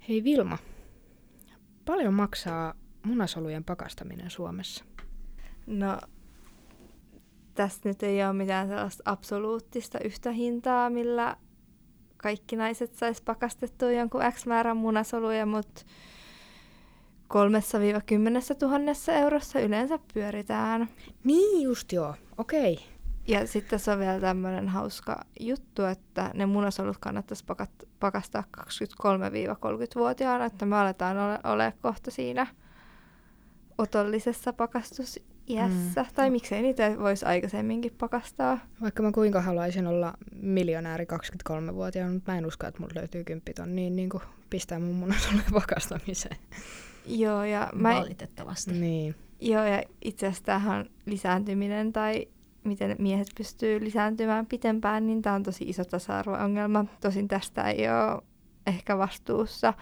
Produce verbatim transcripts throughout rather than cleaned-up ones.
Hei Vilma, paljon maksaa munasolujen pakastaminen Suomessa? No, tässä nyt ei ole mitään sellaista absoluuttista yhtä hintaa, millä kaikki naiset sais pakastettua jonkun X määrän munasoluja, mutta kolmesta kymmeneen tuhannessa eurossa yleensä pyöritään. Niin just joo, okei. Okay. Ja sitten tässä on vielä tämmöinen hauska juttu, että ne munasolut kannattaisi pakat- pakastaa kaksikymmentäkolme kolmekymmentävuotiaana, että me aletaan ole, ole kohta siinä otollisessa pakastusiässä. Mm. Tai miksei niitä voisi aikaisemminkin pakastaa. Vaikka mä kuinka haluaisin olla miljonääri kaksikymmentäkolmevuotiaana, mutta mä en usko, että mulla löytyy kymppiton, niin, niin kuin pistää mun munasolujen pakastamiseen. Joo, ja mä... Valitettavasti. Niin. Joo, ja itse asiassa tämähän lisääntyminen tai miten miehet pystyy lisääntymään pitempään, niin tämä on tosi iso tasa-arvo-ongelma. Tosin tästä ei ole ehkä vastuussa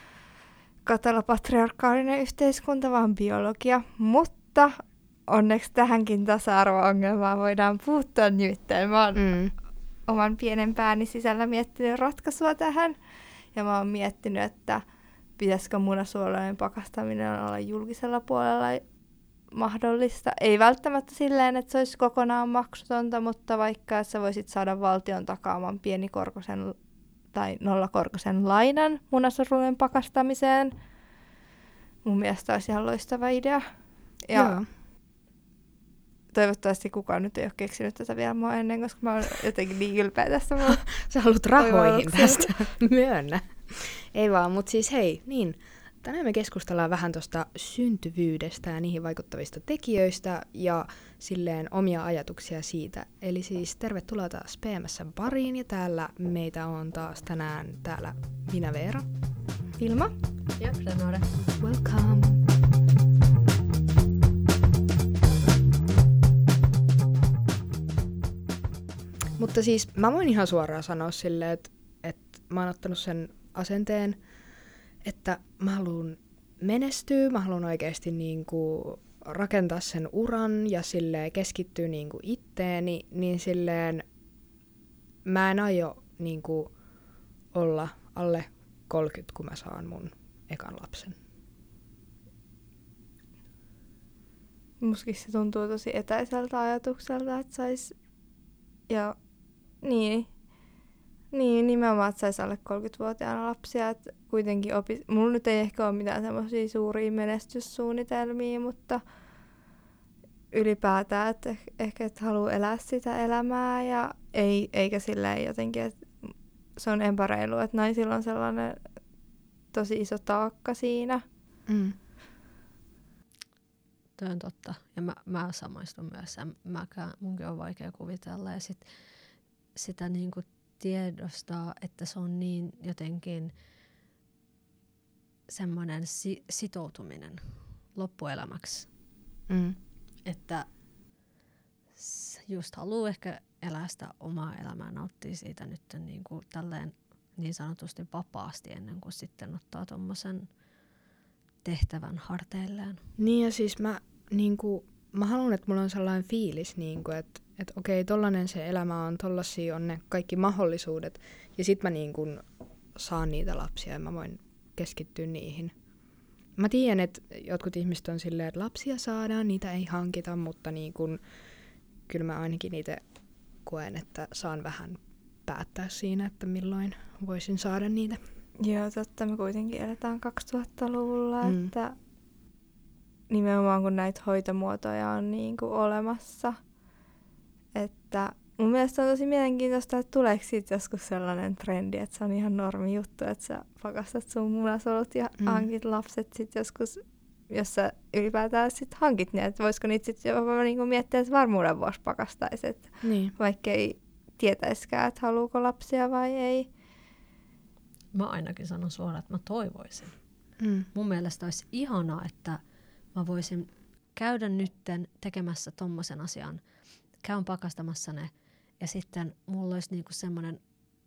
katalapatriarkaalinen yhteiskunta, vaan biologia. Mutta onneksi tähänkin tasa-arvo-ongelmaan voidaan puuttua nimittäin. Mä oon mm. oman pienen pääni sisällä miettinyt ratkaisua tähän. Ja mä oon miettinyt, että pitäisikö munasuolojen pakastaminen olla julkisella puolella mahdollista. Ei välttämättä silleen, että se olisi kokonaan maksutonta, mutta vaikka että sä voisit saada valtion takaaman pienikorkoisen tai nollakorkoisen lainan munasolujen pakastamiseen. Mun mielestä olisi ihan loistava idea. Ja Joo. toivottavasti kukaan nyt ei ole keksinyt tätä vielä mua ennen, koska mä oon jotenkin niin ylpeä tästä. Sä haluat rahoihin tästä. Myönnä. Ei vaan, mutta siis hei, niin... Tänään me keskustellaan vähän tuosta syntyvyydestä ja niihin vaikuttavista tekijöistä ja silleen omia ajatuksia siitä. Eli siis tervetuloa taas P M S:n pariin ja täällä meitä on taas tänään täällä minä Veera, Vilma ja Glenore. Welcome! Mutta siis mä voin ihan suoraan sanoa silleen, että, että mä oon ottanut sen asenteen, että mä haluan menestyä, mä haluan oikeasti niinku rakentaa sen uran ja silleen keskittyä niinku itteeni, niin silleen mä en aio niinku olla alle kolmekymmentä, kun mä saan mun ekan lapsen. Mustakin se tuntuu tosi etäiseltä ajatukselta, että sais... Ja niin... Niin, nimenomaan, että saisi alle kolmekymmentävuotiaana lapsia. Että kuitenkin opi... Mulla nyt ei ehkä ole mitään semmoisia suuria menestyssuunnitelmia, mutta ylipäätään, että ehkä et haluaa elää sitä elämää ja ei, eikä silleen jotenkin, että se on epäreilu, että naisilla on sellainen tosi iso taakka siinä. Mm. Tuo on totta. Ja mä, mä samaistun myös. Mäkään, munkin on vaikea kuvitella. Ja sit, sitä niinku tiedostaa, että se on niin jotenkin semmoinen si- sitoutuminen loppuelämäksi. Mm. Että just haluaa ehkä elää sitä omaa elämää, nauttia siitä nyt niin kuin tälleen niin sanotusti vapaasti ennen kuin sitten ottaa tommosen tehtävän harteilleen. Niin ja siis mä, niin kuin, mä haluan, että mulla on sellainen fiilis, niin kuin, että että okei, tollanen se elämä on, tollasia on ne kaikki mahdollisuudet. Ja sit mä niin kun saan niitä lapsia ja mä voin keskittyä niihin. Mä tiedän, että jotkut ihmiset on silleen, että lapsia saadaan, niitä ei hankita, mutta niin kun, kyllä mä ainakin niitä koen, että saan vähän päättää siinä, että milloin voisin saada niitä. Joo, totta. Me kuitenkin eletään kaksituhattaluvulla, mm. että nimenomaan kun näitä hoitomuotoja on niin kuin olemassa, että mun mielestä on tosi mielenkiintoista, että tuleeko siitä joskus sellainen trendi, että se on ihan normi juttu, että sä pakastat sun munasolut ja mm. hankit lapset sit joskus, jos sä ylipäätään sit hankit ne, että voisiko niitä sit jopa niinku miettiä, että varmuuden vuosi pakastaisi, että niin. Vaikka ei tietäiskään, että haluuko lapsia vai ei. Mä ainakin sanon suoraan, että mä toivoisin. Mm. Mun mielestä olisi ihanaa, että mä voisin käydä nytten tekemässä tommosen asian, käyn pakastamassa ne ja sitten mulla olisi niinku semmoinen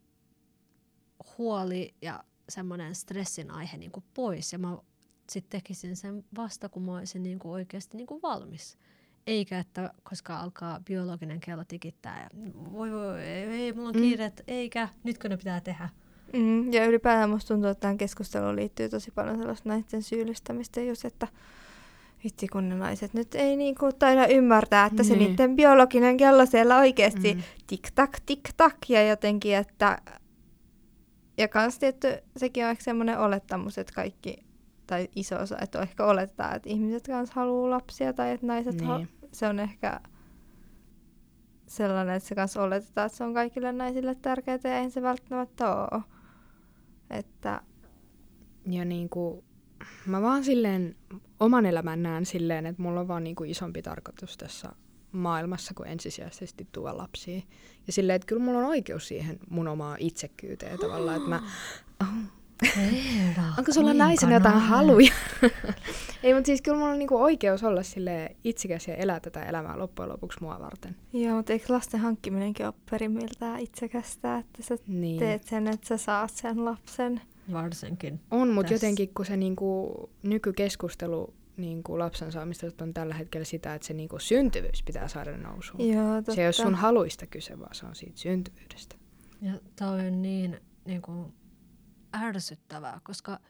huoli ja semmoinen stressin aihe niinku pois ja mä sitten tekisin sen vasta, kun mä olisin niinku oikeasti niinku valmis. Eikä, että koska alkaa biologinen kello tikittää ja voi voi, ei, ei mulla on kiire, mm. eikä, nytkö ne pitää tehdä. Mm, ja ylipäätään musta tuntuu, että tähän keskusteluun liittyy tosi paljon sellaista naisten syyllistämistä, just että vitsi kun ne naiset nyt ei niinku taida ymmärtää, että se Niin. niiden biologinen kello siellä oikeasti Mm. tik-tak, tik-tak ja jotenkin, että ja kans tietty sekin on ehkä semmoinen olettamus, että kaikki, tai iso osa, että ehkä oletetaan, että ihmiset kans haluaa lapsia tai että naiset, Niin. hal- se on ehkä sellainen, että se kans oletetaan, että se on kaikille naisille tärkeää ja eihän se välttämättä ole. Että Ja niinku, mä vaan silleen oman elämän näen silleen, että mulla on vaan niinku isompi tarkoitus tässä maailmassa kuin ensisijaisesti tuoda lapsia. Ja silleen, että kyllä mulla on oikeus siihen mun omaa itsekkyyteen tavallaan, että mä... Oh. Onko sulla naisena jotain haluja? Ei, mutta siis kyllä mulla on niinku oikeus olla silleen itsekäs ja elää tätä elämää loppujen lopuksi mua varten. joo, mutta eikö lasten hankkiminenkin ole perimmiltään itsekästä, että sä Niin. teet sen, että sä saat sen lapsen? Varsinkin. On, mutta Tässä. jotenkin kun se niinku, nykykeskustelu niinku lapsen saamista on tällä hetkellä sitä, että se niinku syntyvyys pitää saada nousuun. Joo, totta. Se ei ole sun haluista kyse, vaan se on siitä syntyvyydestä. Ja toi on niin, niin kuin ärsyttävää, koska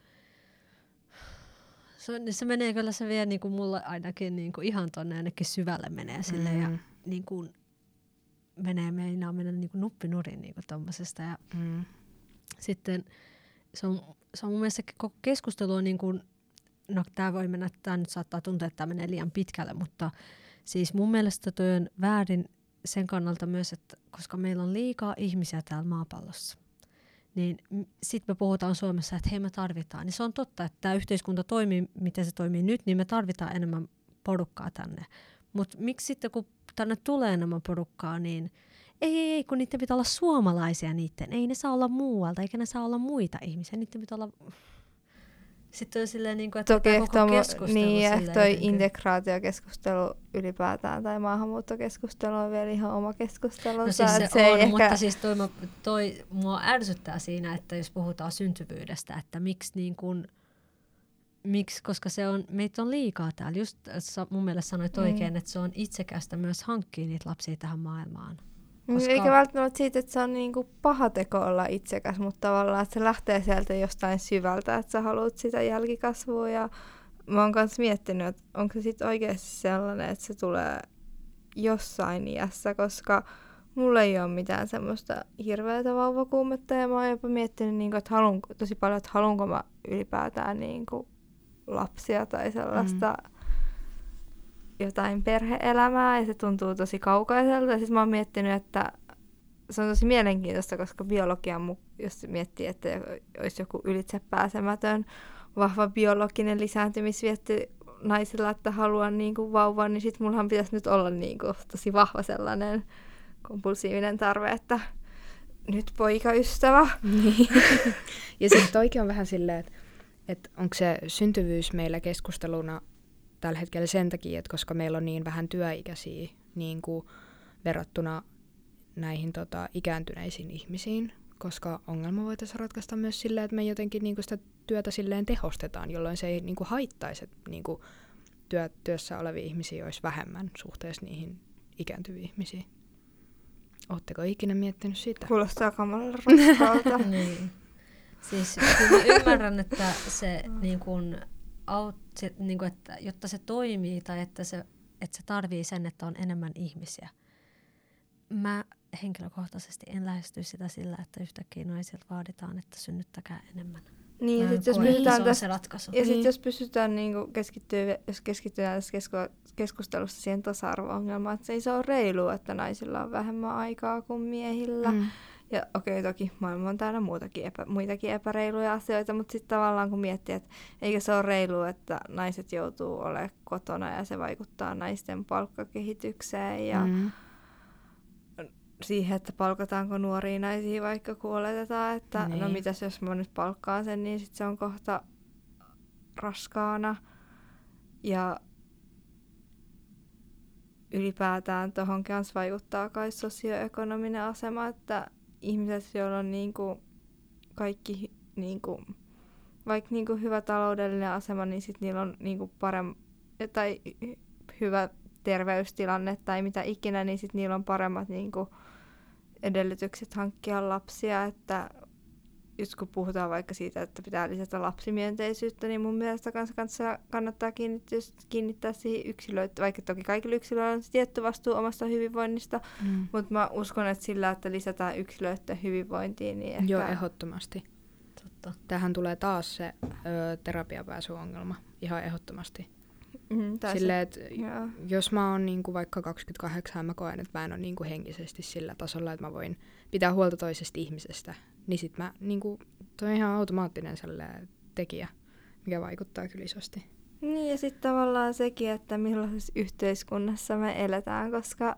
se, on- se menee kyllä, se vie niin kuin mulla ainakin niin kuin ihan tonne ainakin syvälle menee sille Mm. ja niin kuin menee, meinaa mennä niin kuin nuppinurin niin kuin tommosesta ja Mm. sitten se on, se on mun mielestä koko keskustelu on niin kuin, no tää voi mennä, tää nyt saattaa tuntua, että tää menee liian pitkälle, mutta siis mun mielestä toi on väärin sen kannalta myös, että koska meillä on liikaa ihmisiä täällä maapallossa, niin sitten me puhutaan Suomessa, että hei me tarvitaan. Niin se on totta, että tämä yhteiskunta toimii, miten se toimii nyt, niin me tarvitaan enemmän porukkaa tänne. Mutta miksi sitten, kun tänne tulee enemmän porukkaa, niin ei, ei, ei, kun niiden pitää olla suomalaisia niiden. Ei ne saa olla muualta, eikä ne saa olla muita ihmisiä. Niiden pitää olla... Sitten on silleen, niin kuin, että Toki tämä ehkä koko toi, keskustelu niin, ehkä silleen toi jotenkin- integraatiokeskustelu ylipäätään tai maahanmuuttokeskustelu on vielä ihan oma keskustelunsa. No siis se, että se ei on, ehkä... mutta siis toi, toi mua ärsyttää siinä, että jos puhutaan syntyvyydestä, että miksi niin kun, miksi, koska se on, meitä on liikaa täällä. Just sä mun mielestä sanoit Mm. oikein, että se on itsekästä myös hankkia niitä lapsia tähän maailmaan. Mm, koska- Eikä välttämättä siitä, että se on niinku paha teko olla itsekäs, mutta tavallaan, että se lähtee sieltä jostain syvältä, että sä haluat sitä jälkikasvua. Ja mä oon myös miettinyt, että onko se sitten oikeasti sellainen, että se tulee jossain iässä, koska mulla ei ole mitään semmoista hirveätä vauvakuumetta ja mä oon jopa miettinyt, niinku, että halun, tosi paljon, että haluanko mä ylipäätään niinku lapsia tai sellaista mm. jotain perhe-elämää ja se tuntuu tosi kaukaiselta. Ja sitten mä oon miettinyt, että se on tosi mielenkiintoista, koska biologian, jos miettii, että olisi joku ylitsepääsemätön vahva biologinen lisääntymisvietti naisilla, että haluan niinku vauvan, niin sitten mullahan pitäisi nyt olla niinku tosi vahva sellainen kompulsiivinen tarve, että nyt poikaystävä. Niin. Ja sitten toikin on vähän silleen, että, että onko se syntyvyys meillä keskusteluna tällä hetkellä sen takia, että koska meillä on niin vähän työikäisiä niin kuin verrattuna näihin tota, ikääntyneisiin ihmisiin, koska ongelma voitaisiin ratkaista myös silleen, että me jotenkin niin kuin sitä työtä silleen tehostetaan, jolloin se ei niin kuin haittaisi, että niin kuin työ, työssä olevia ihmisiä olisi vähemmän suhteessa niihin ikääntyviin ihmisiin. Oletteko ikinä miettinyt sitä? Kuulostaa kamalan raskaalta. Niin. Siis kyllä mä ymmärrän, että se niin kun, aut, se, niin kun, että, jotta se toimii tai että se, että se tarvii sen, että on enemmän ihmisiä. Mä henkilökohtaisesti en lähesty sitä sillä, että yhtäkkiä naisilta vaaditaan, että synnyttäkää enemmän. Niin, Mä sit jos koen, että pysytään se on tästä, se ratkaisu. ja Niin. sitten jos pystytään niinku keskittyä, jos keskitytään tässä kesku- keskustelussa siihen tasa-arvo-ongelmaan, että se ei se ole reilua, että naisilla on vähemmän aikaa kuin miehillä. Mm. Ja okei, okay, toki maailma on täynnä muutakin epä, muitakin epäreiluja asioita, mutta sitten tavallaan kun miettii, että eikö se ole reilua, että naiset joutuu olemaan kotona ja se vaikuttaa naisten palkkakehitykseen ja Mm. siihen, että palkataanko nuoria naisia, vaikka kun oletetaan, että Niin. no mitäs jos mä nyt palkkaan sen, niin sit se on kohta raskaana. Ja ylipäätään tuohon kanssa vaikuttaa kai sosioekonominen asema, että ihmiset, joilla on niinku kaikki, niinku, vaikka niinku hyvä taloudellinen asema, niin sit niillä on niinku parem- tai hyvä terveystilanne tai mitä ikinä, niin sit niillä on paremmat niinku edellytykset hankkia lapsia, että just kun puhutaan vaikka siitä, että pitää lisätä lapsimyönteisyyttä, niin mun mielestä kanssa, kanssa kannattaa kiinnittää, kiinnittää siihen yksilöitä, vaikka toki kaikilla yksilöillä on tietty vastuu omasta hyvinvoinnista, mm. mutta mä uskon, että sillä, että lisätään yksilöiden hyvinvointiin, niin ehkä... Joo, ehdottomasti. Totta. Tähän tulee taas se ö, terapiapääsyongelma, ihan ehdottomasti. Mm, Silleen, että jos mä oon niinku vaikka kaksikymmentäkahdeksan, mä koen, että mä en ole niinku henkisesti sillä tasolla, että mä voin pitää huolta toisesta ihmisestä, niin sit mä, niinku, toi on ihan automaattinen sellainen tekijä, mikä vaikuttaa kyllä isosti. Niin, ja sitten tavallaan sekin, että millaisessa yhteiskunnassa me eletään, koska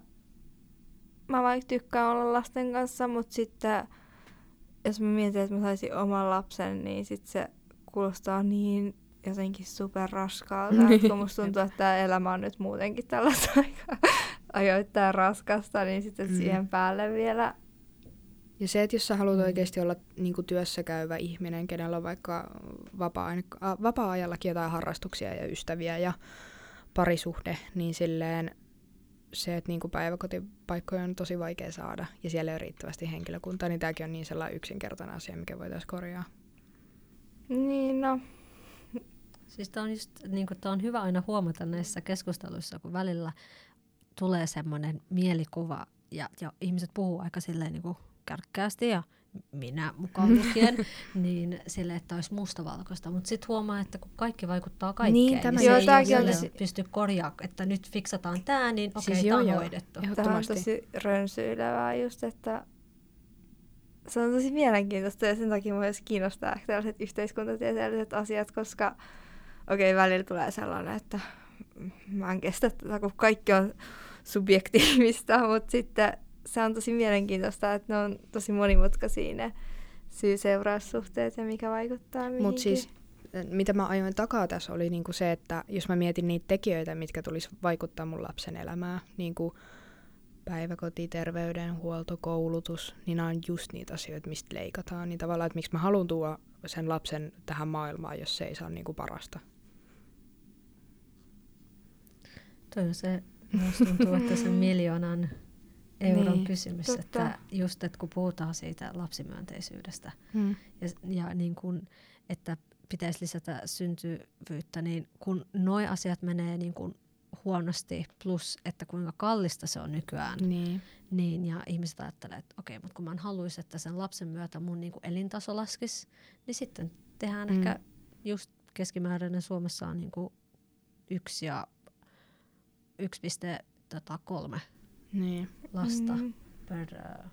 mä vaikka tykkään olla lasten kanssa, mutta sitten jos mä mietin, että mä saisin oman lapsen, niin sit se kuulostaa niin jotenkin superraskaalta, kun musta tuntuu, että tämä elämä on nyt muutenkin tällaista aika ajoittain raskasta, niin sitten mm. siihen päälle vielä. Ja se, että jos sä haluat oikeasti olla niinku työssä käyvä ihminen, kenellä on vaikka vapaa- vapaa-ajallakin jotain harrastuksia ja ystäviä ja parisuhde, niin silleen se, että niinku päiväkotipaikkoja on tosi vaikea saada ja siellä ei ole riittävästi henkilökuntaa, niin tämäkin on niin sellainen yksinkertainen asia, mikä voitaisiin korjaa. Niin, no. Siis tämä on, just, niin kuin, tämä on hyvä aina huomata näissä keskusteluissa, kun välillä tulee semmoinen mielikuva ja, ja ihmiset puhuu aika silleen niin kuin kärkkäästi ja minä mukaan lukien, niin silleen, että olisi mustavalkoista. Mutta sitten huomaa, että kun kaikki vaikuttaa kaikkeen, niin, niin se joo, ei ole olisi... pysty korjaamaan, että nyt fiksataan tämä, niin okei, okay, siis tämä on hoidettu. Tämä on tosi rönsyilevää just, että se on tosi mielenkiintoista ja sen takia myös kiinnostaa tällaiset yhteiskuntatieteelliset asiat, koska okei, okay, välillä tulee sellainen, että mä en kestä tätä, kun kaikki on subjektiivista, mutta sitten se on tosi mielenkiintoista, että ne on tosi monimutkaisia ne syy-seuraussuhteet ja mikä vaikuttaa mihinkin. Mutta siis, mitä mä ajoin takaa tässä oli niinku se, että jos mä mietin niitä tekijöitä, mitkä tulisi vaikuttaa mun lapsen elämään, niinku päiväkoti, terveydenhuolto, koulutus, niin nämä on just niitä asioita, mistä leikataan. Niin tavallaan, että miksi mä haluan tuoda sen lapsen tähän maailmaan, jos se ei saa niinku parasta. Toi on se, musta tuntuu, että se miljoonan euron niin, kysymys, totta. Että just, että kun puhutaan siitä lapsimyönteisyydestä hmm. ja, ja niin kun, että pitäisi lisätä syntyvyyttä, niin kun noi asiat menee niin kun huonosti, plus että kuinka kallista se on nykyään, niin, niin ja ihmiset ajattelee, että okei, mutta kun mä en haluaisi, että sen lapsen myötä mun niin kun elintaso laskisi, niin sitten tehdään hmm. ehkä just keskimääräinen Suomessa on niin kun yksi ja yksi pilkku kolme niin. lasta mm. per uh,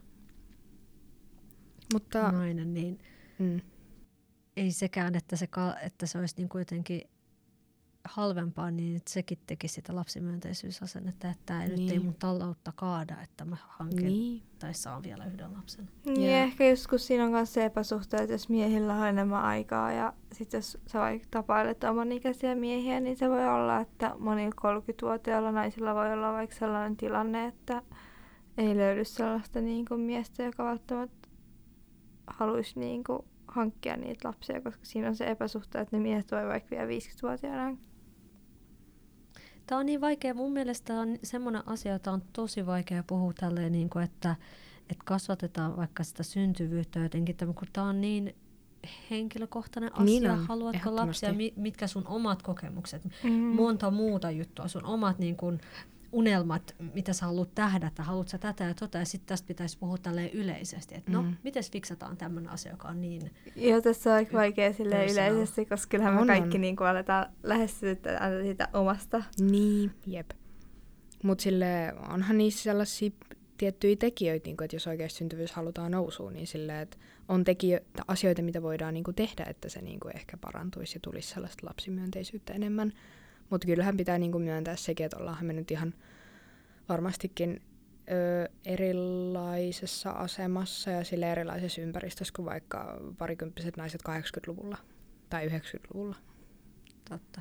Mutta, nainen, niin mm. ei sekään, että se, että se olisi niin jotenkin halvempaa, niin sekin tekisi sitä lapsimyönteisyysasennetta, että niin. nyt ei mun taloutta kaada, että mä hankin niin. tai saan vielä yhden lapsen. Niin ja ehkä joskus siinä on myös se epäsuhta, että jos miehillä on enemmän aikaa ja sitten jos sä vaikka tapailet oman ikäisiä miehiä, niin se voi olla, että monilla kolmekymmentävuotiailla naisilla voi olla vaikka sellainen tilanne, että ei löydy sellaista niin kuin miestä, joka välttämättä haluaisi niin kuin hankkia niitä lapsia, koska siinä on se epäsuhta, että ne miehet voi vaikka vielä viisikymmentävuotiaana. Tämä on niin vaikea. Mun mielestä on semmoinen asia, että on tosi vaikea puhua tälleen, niin kuin, että, että kasvatetaan vaikka sitä syntyvyyttä jotenkin, kun tämä on niin henkilökohtainen asia. Niin on, haluatko lapsia, mitkä sun omat kokemukset, mm. monta muuta juttua, sun omat niin kuin, unelmat, mitä sä haluat tähdätä, haluat sä tätä ja tota, ja sitten tästä pitäisi puhua tälleen yleisesti, että no, mm. miten fiksataan tämmöinen asia, joka on niin... Joo, tässä on aika vaikea silleen yleisesti, koska kyllähän me kaikki niin kuin aletaan lähestyä siitä omasta. Niin, jep. Mutta sille onhan niissä sellaisia tiettyjä tekijöitä, niin kuin, että jos oikeasti syntyvyys halutaan nousuun, niin silleen, että on tekijöitä, asioita, mitä voidaan niin kuin tehdä, että se niin kuin ehkä parantuisi ja tulisi sellaista lapsimyönteisyyttä enemmän. Mutta kyllähän pitää niinku myöntää sekin, että ollaanhan me nyt ihan varmastikin ö, erilaisessa asemassa ja sille erilaisessa ympäristössä kuin vaikka parikymppiset naiset kahdeksankymmentäluvulla tai yhdeksänkymmentäluvulla. Totta.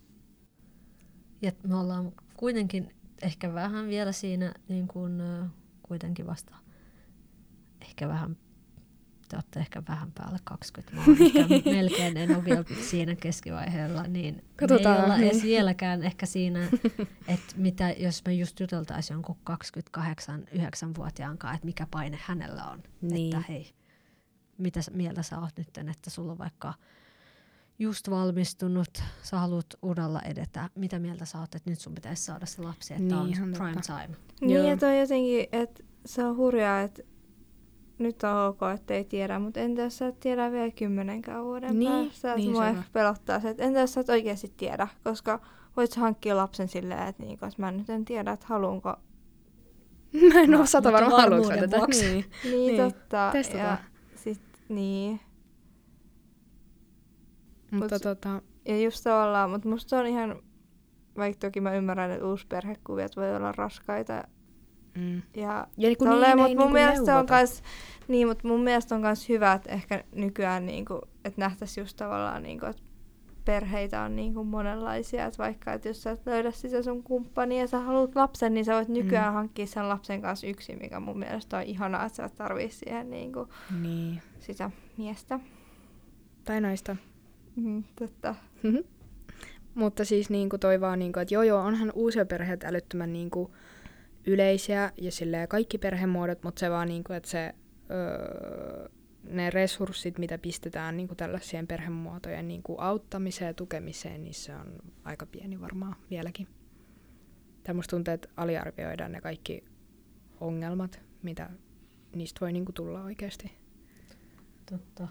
Ja me ollaan kuitenkin ehkä vähän vielä siinä, niin kuin, ö, kuitenkin vasta ehkä vähän, te olette ehkä vähän päälle kaksikymmentä, mä melkein en ole vielä siinä keskivaiheella, niin katsotaan, me ei olla niin. edes vieläkään ehkä siinä, että mitä, jos me just juteltaisiin jonkun kaksikymmentäkahdeksan yhdeksän-vuotiaan kanssa, että mikä paine hänellä on, niin. että hei, mitä mieltä sä oot nyt, että sulla on vaikka just valmistunut, sä haluat uralla edetä. Mitä mieltä sä oot, että nyt sun pitäisi saada se lapsi, että niin, on prime time? Niin, ja toi jotenkin, että se on hurjaa, että nyt on ok, että ei tiedä, mutta entä jos sä et tiedä vielä kymmenenkään vuoden niin, päästä, niin, mua pelottaa se, että entä jos sä et oikeasti tiedä, koska voit sä hankkia lapsen silleen, että niin, koska mä nyt en tiedä, että haluanko. Mä en ole sata varma haluanko tätä. Niin, niin, niin, totta. Testataan. Ja sit, niin. Mutta Mut, tota... Ja just tavallaan, mutta musta se on ihan, vaikka toki mä ymmärrän, että uusperhekuviot voi olla raskaita. Mm. Ja, ja niin tolleen, niin, mutta mun niin mielestä se on kans, niin, mutta mun mielestä on kans hyvä, että ehkä nykyään niinku, että nähtäisi just tavallaan niinku, että perheitä on niinku monenlaisia, että vaikka että jos sä et löydä sitä sun kumppania ja sä haluat lapsen, niin sä voit nykyään mm. hankkia sen lapsen kanssa yksin, mikä mun mielestä on ihanaa, että sä et tarvii siihen niinku niin. sitä miestä. Tai naista. Mm, totta. Mutta siis niinku toi vaan, niinku, että joo joo, onhan uusia perheet älyttömän niinku yleisiä ja silleen kaikki perhemuodot, mutta se vaan niinku, että se, öö, ne resurssit, mitä pistetään niinku tällaisien perhemuotojen niinku auttamiseen ja tukemiseen, niin se on aika pieni varmaan vieläkin. Tai musta tuntuu, että aliarvioidaan ne kaikki ongelmat, mitä niistä voi niinku tulla oikeasti. Totta.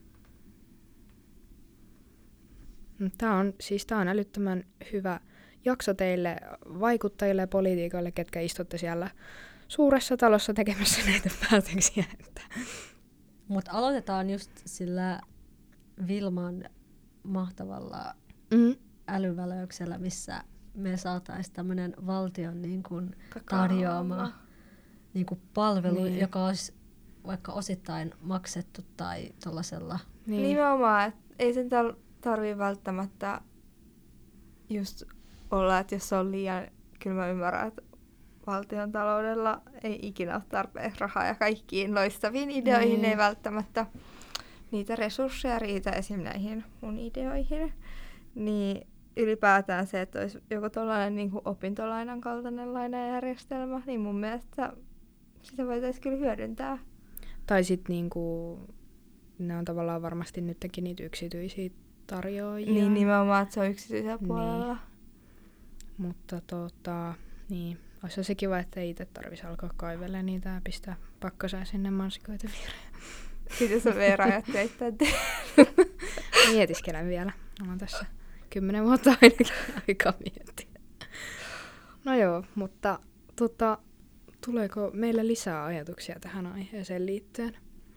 Tämä on, siis tää on älyttömän hyvä jakso teille vaikuttajille ja poliitikoille, ketkä istutte siellä suuressa talossa tekemässä näitä päätöksiä. Mutta aloitetaan just sillä Vilman mahtavalla mm. älyväläyksellä, missä me saataisiin tämmöinen valtion niin kun tarjoama niin kun palvelu, niin. joka olisi vaikka osittain maksettu tai tollasella. Niin. Nimenomaan, että ei sen tar- tarvii välttämättä just olla, että jos on liian, kyllä mä ymmärrän, että valtion taloudella ei ikinä ole tarpeeksi rahaa ja kaikkiin loistaviin ideoihin mm. ei välttämättä niitä resursseja riitä esim. Näihin mun ideoihin. Niin ylipäätään se, että olisi joku tollainen niin kuin opintolainan kaltainen lainajärjestelmä, niin mun mielestä sitä voitaisiin kyllä hyödyntää. Tai sitten niinku, ne on tavallaan varmasti nytkin niitä yksityisiä tarjoajia. Niin nimenomaan, että se on yksityisellä puolella. Niin. Mutta tota, niin, olisi se kiva, että ei itse tarvitsisi alkaa kaivella niitä ja pistää pakkaseen sinne mansikoita viereen. Sitten jos on Veera ajattelee, että mietiskelen vielä. Olen tässä kymmenen vuotta ainakin aikaa miettiä. No joo, mutta tota, tuleeko meille lisää ajatuksia tähän aiheeseen liittyen?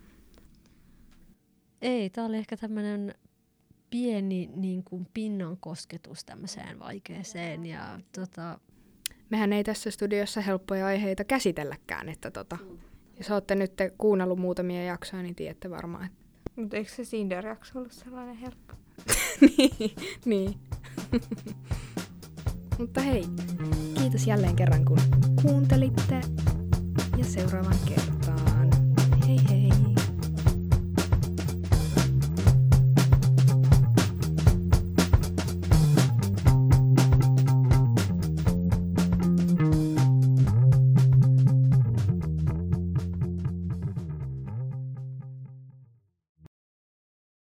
Ei, tää oli ehkä tämmönen pieni niin kuin pinnan kosketus tämmöiseen vaikeeseen. Ja, tota... Mehän ei tässä studiossa helppoja aiheita käsitelläkään. Että tota, jos olette nyt kuunnellut muutamia jaksoja, niin tiedätte varmaan. Että... Mutta eikö se Cinder-jakso ollut sellainen helppo? niin, niin. Mutta hei, kiitos jälleen kerran kun kuuntelitte ja seuraavan kerran.